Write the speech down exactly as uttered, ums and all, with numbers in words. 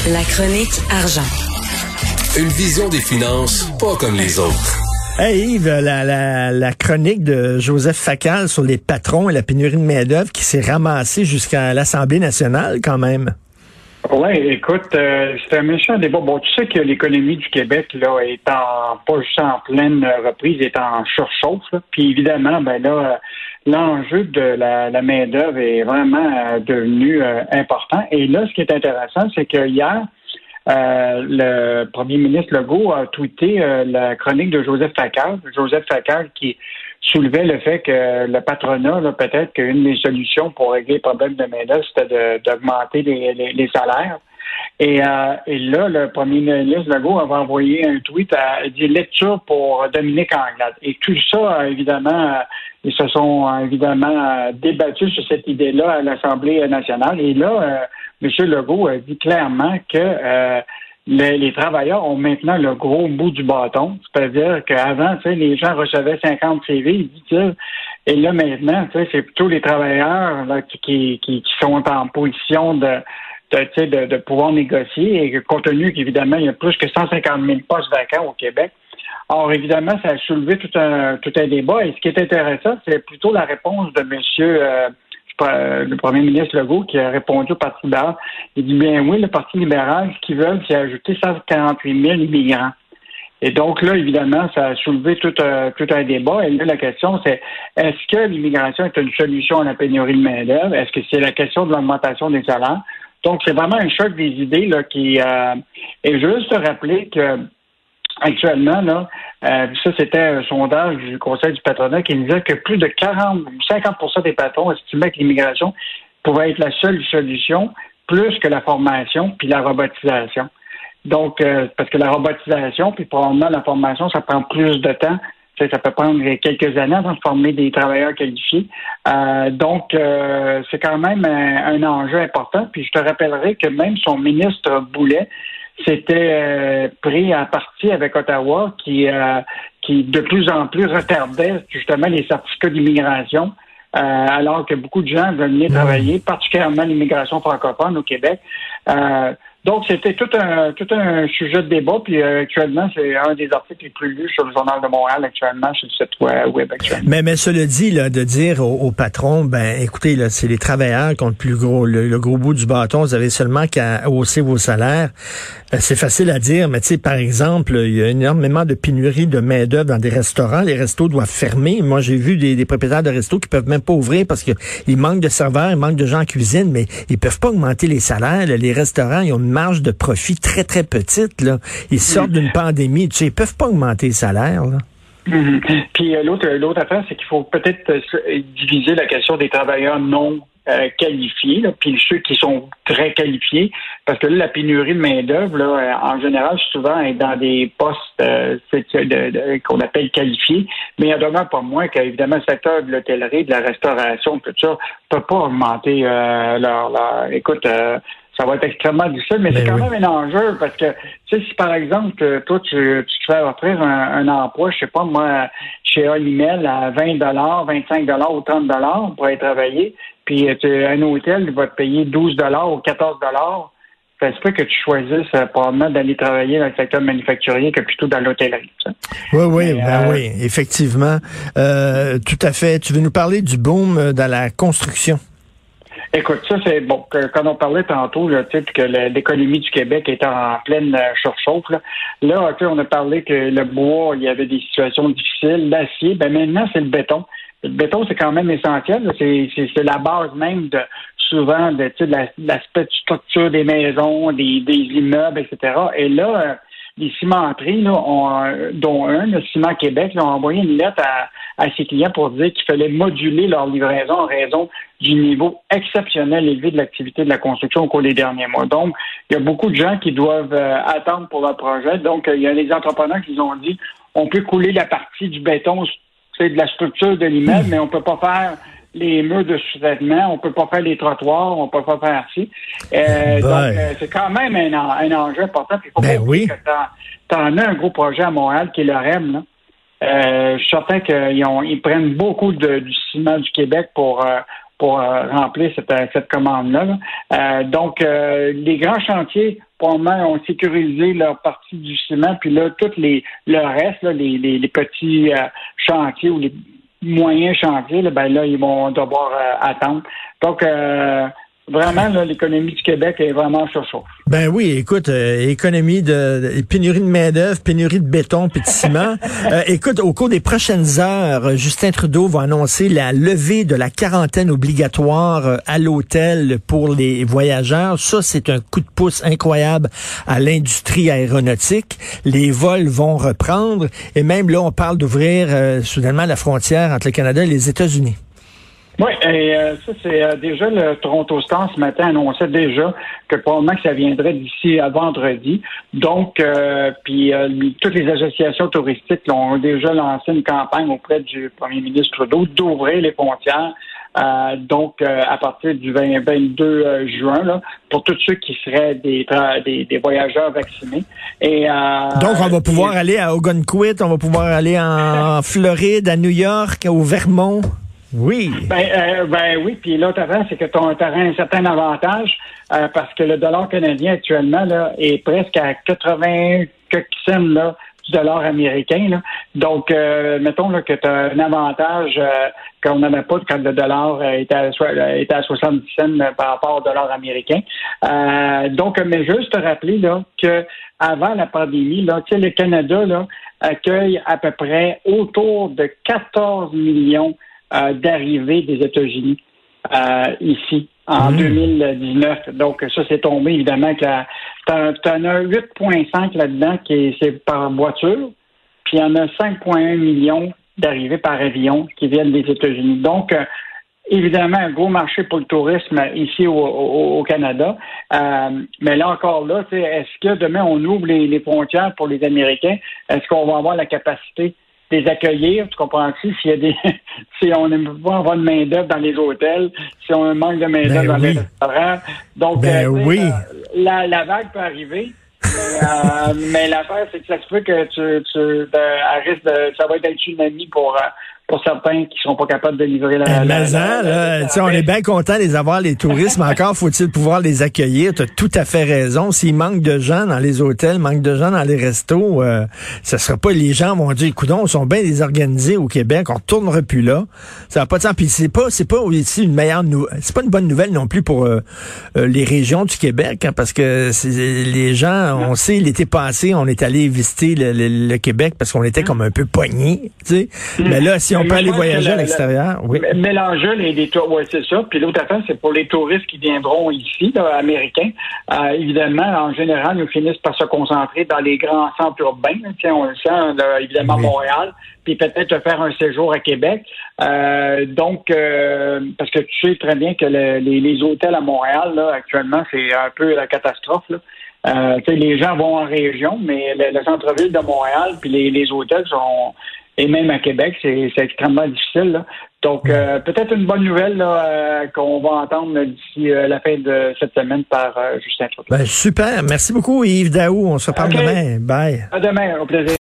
La chronique argent. Une vision des finances pas comme les autres. Hey Yves, la, la, la chronique de Joseph Facal sur les patrons et la pénurie de main-d'œuvre qui s'est ramassée jusqu'à l'Assemblée nationale quand même. Oui, écoute, euh, c'est un méchant débat. Bon, tu sais que l'économie du Québec là est en pas juste en pleine reprise, est en surchauffe. Là. Puis évidemment, ben là, l'enjeu de la, la main-d'œuvre est vraiment euh, devenu euh, important. Et là, ce qui est intéressant, c'est que hier, Euh, le premier ministre Legault a tweeté euh, la chronique de Joseph Facal. Joseph Facal qui soulevait le fait que le patronat, là, peut-être qu'une des solutions pour régler le problème de main-d'œuvre, c'était de, d'augmenter les, les, les salaires. Et, euh, et là, le premier ministre Legault avait envoyé un tweet à, à dire lecture pour Dominique Anglade. Et tout ça, évidemment, ils se sont évidemment débattus sur cette idée-là à l'Assemblée nationale. Et là, euh, M. Legault a dit clairement que euh, les, les travailleurs ont maintenant le gros bout du bâton. C'est-à-dire qu'avant, tu sais, les gens recevaient cinquante C V, dit-il. Et là, maintenant, tu sais, c'est plutôt les travailleurs là, qui, qui, qui sont en position de De, de, de pouvoir négocier, et compte tenu qu'évidemment, il y a plus que cent cinquante mille postes vacants au Québec. Or, évidemment, ça a soulevé tout un tout un débat. Et ce qui est intéressant, c'est plutôt la réponse de monsieur euh, le premier ministre Legault qui a répondu au Parti libéral. Il dit bien oui, le Parti libéral, ce qu'ils veulent, c'est ajouter cent quarante-huit mille immigrants. Et donc là, évidemment, ça a soulevé tout un, tout un débat. Et là, la question, c'est est-ce que l'immigration est une solution à la pénurie de main-d'œuvre? Est-ce que c'est la question de l'augmentation des salaires? Donc, c'est vraiment un choc des idées là qui euh, est juste de rappeler que actuellement, là, euh, ça c'était un sondage du Conseil du patronat qui disait que plus de quarante, cinquante pour cent des patrons estimaient que l'immigration pouvait être la seule solution, plus que la formation puis la robotisation. Donc, euh, parce que la robotisation puis probablement la formation, ça prend plus de temps. Ça peut prendre quelques années avant de former des travailleurs qualifiés. Euh, donc, euh, c'est quand même un, un enjeu important. Puis je te rappellerai que même son ministre Boulet s'était euh, pris à partie avec Ottawa qui, euh, qui de plus en plus retardait justement les certificats d'immigration, euh, alors que beaucoup de gens veulent venir travailler, particulièrement l'immigration francophone au Québec. Euh, Donc, c'était tout un tout un sujet de débat. Puis euh, actuellement, c'est un des articles les plus lus sur le Journal de Montréal actuellement, sur le site web actuellement. Mais, mais cela dit, là, de dire aux, aux patrons, ben écoutez, là, c'est les travailleurs qui ont le plus gros, le, le gros bout du bâton. Vous avez seulement qu'à hausser vos salaires. Euh, c'est facile à dire, mais tu sais, par exemple, il y a énormément de pénurie de main-d'œuvre dans des restaurants. Les restos doivent fermer. Moi, j'ai vu des, des propriétaires de restos qui peuvent même pas ouvrir parce que il manque de serveurs, il manque de gens en cuisine, mais ils peuvent pas augmenter les salaires. Là. Les restaurants, ils ont une marge de profit très, très petite. Là. Ils sortent d'une pandémie. Tu sais, ils peuvent pas augmenter les salaires. Là. Mm-hmm. Puis euh, l'autre, l'autre affaire, c'est qu'il faut peut-être euh, diviser la question des travailleurs non euh, qualifiés, là, puis ceux qui sont très qualifiés, parce que là, la pénurie de main-d'œuvre, là, euh, en général, souvent, est dans des postes euh, de, de, de, qu'on appelle qualifiés, mais il en demeure pas moins qu'évidemment, le secteur de l'hôtellerie, de la restauration, tout ça, peut pas augmenter euh, leur, leur... Écoute, euh, ça va être extrêmement difficile, mais, mais c'est quand oui. même un enjeu parce que, tu sais, si par exemple, toi, tu, tu te fais offrir un, un emploi, je sais pas, moi, chez Olimel à vingt dollars, vingt-cinq dollars ou trente dollars pour aller travailler, puis tu, un hôtel va te payer douze dollars ou quatorze dollars, ça se peut que tu choisisses euh, probablement d'aller travailler dans le secteur manufacturier que plutôt dans l'hôtellerie. Ça. Oui, oui, mais, ben euh, oui, effectivement. Euh, tout à fait. Tu veux nous parler du boom dans la construction? Écoute, ça, c'est bon. Que, quand on parlait tantôt, là, tu sais, que le, l'économie du Québec est en pleine euh, surchauffe, là, là tu sais, on a parlé que le bois, il y avait des situations difficiles, l'acier, ben maintenant, c'est le béton. Le béton, c'est quand même essentiel. Là, c'est, c'est, c'est la base même de souvent de, tu sais, de, la, de l'aspect de structure des maisons, des, des immeubles, et cetera. Et là, euh, les cimenteries, là, ont, euh, dont un, le Ciment Québec, là, ont envoyé une lettre à, à ses clients pour dire qu'il fallait moduler leur livraison en raison du niveau exceptionnel élevé de l'activité de la construction au cours des derniers mois. Donc, il y a beaucoup de gens qui doivent euh, attendre pour leur projet. Donc, euh, il y a des entrepreneurs qui ont dit on peut couler la partie du béton, c'est de la structure de l'immeuble, mais on peut pas faire les murs de sous-traitement, on peut pas faire les trottoirs, on peut pas faire ci. Euh, donc, euh, c'est quand même un, un enjeu important. Puis, il faut ben pas oui. que t'en, t'en as un gros projet à Montréal qui est le R E M, là. Euh, je suis certain qu'ils ont, ils prennent beaucoup de, du ciment du Québec pour euh, pour euh, remplir cette, cette commande-là. Là. Euh, donc, euh, les grands chantiers, pour le moment, ont sécurisé leur partie du ciment, puis là, tout les, le reste, là, les, les, les petits euh, chantiers ou les moyens chantiers, là, ben là, ils vont devoir euh, attendre. Donc, euh, vraiment, là, l'économie du Québec est vraiment sur chauffe. Ben oui, écoute, euh, économie de, de pénurie de main-d'œuvre, pénurie de béton puis de ciment. euh, écoute, au cours des prochaines heures, Justin Trudeau va annoncer la levée de la quarantaine obligatoire euh, à l'hôtel pour les voyageurs. Ça, c'est un coup de pouce incroyable à l'industrie aéronautique. Les vols vont reprendre et même là, on parle d'ouvrir euh, soudainement la frontière entre le Canada et les États-Unis. Oui, et euh, ça, c'est euh, déjà le Toronto Star ce matin annonçait déjà que probablement que ça viendrait d'ici à vendredi. Donc, euh, puis euh, toutes les associations touristiques là, ont déjà lancé une campagne auprès du premier ministre Trudeau d'ouvrir les frontières. Euh, donc, euh, à partir du vingt, vingt-deux juin, là, pour tous ceux qui seraient des, des, des voyageurs vaccinés. Et, euh, donc, on va pouvoir et... aller à Ogunquit, on va pouvoir aller en Floride, à New York, au Vermont. Oui. Ben, euh, ben oui, puis l'autre affaire, c'est que tu auras un certain avantage euh, parce que le dollar canadien actuellement là, est presque à quatre-vingts cents là, du dollar américain. Là. Donc, euh, mettons là, que tu as un avantage euh, qu'on n'avait pas quand le dollar était à, était à soixante-dix cents par rapport au dollar américain. Euh, donc, mais juste te rappeler là, que avant la pandémie, là, tu sais, le Canada là, accueille à peu près autour de quatorze millions Euh, d'arrivée des États-Unis euh, ici en mmh. deux mille dix-neuf. Donc, ça, c'est tombé, évidemment, que t'en, t'en as huit virgule cinq là-dedans qui est, c'est par voiture, puis il y en a cinq virgule un millions d'arrivées par avion qui viennent des États-Unis. Donc, euh, évidemment, un gros marché pour le tourisme ici au, au, au Canada. Euh, mais là encore, là, est-ce que demain, on ouvre les, les frontières pour les Américains? Est-ce qu'on va avoir la capacité les accueillir, tu comprends-tu? S'il y a des, si on ne peut pas avoir de main-d'œuvre dans les hôtels, si on manque de main-d'œuvre ben dans oui. les restaurants. Donc, ben euh, oui. euh, la, la vague peut arriver. Mais, euh, mais l'affaire, c'est que ça se peut que tu, tu de, à risque de, ça va être un tsunami pour, euh, pour certains qui seront pas capables de livrer la... Ben, la, mais la, hein, la, là, la on est bien content de les avoir, les touristes, mais encore faut-il pouvoir les accueillir. Tu as tout à fait raison. S'il manque de gens dans les hôtels, manque de gens dans les restos, euh, ça sera pas... Les gens vont dire, écoute, on sont bien désorganisés au Québec, on retournera plus là. Ça va pas de sens. Puis c'est pas, c'est pas aussi une meilleure nou- c'est pas une bonne nouvelle non plus pour euh, euh, les régions du Québec, hein, parce que c'est, les gens, on sait, l'été passé, on est allé visiter le, le, le Québec parce qu'on était comme un peu pognés, tu sais. Mm. Mais là, si on peut aller voyager à l'extérieur, oui. Mélanger les, les tours, oui, c'est ça. Puis l'autre affaire, c'est pour les touristes qui viendront ici, là, américains. Euh, évidemment, en général, ils finissent par se concentrer dans les grands centres urbains. Tiens, on le sent, là, évidemment, oui. Montréal, puis peut-être faire un séjour à Québec. Euh, donc, euh, parce que tu sais très bien que le, les, les hôtels à Montréal, là, actuellement, c'est un peu la catastrophe, là. Euh, les gens vont en région, mais le, le centre-ville de Montréal, puis les, les hôtels sont... Et même à Québec, c'est, c'est extrêmement difficile. Là. Donc, euh, peut-être une bonne nouvelle là, euh, qu'on va entendre d'ici euh, la fin de cette semaine par euh, Justin Trudeau. Ben, super. Merci beaucoup, Yves Daou. On se reparle okay. demain. Bye. À demain. Au plaisir.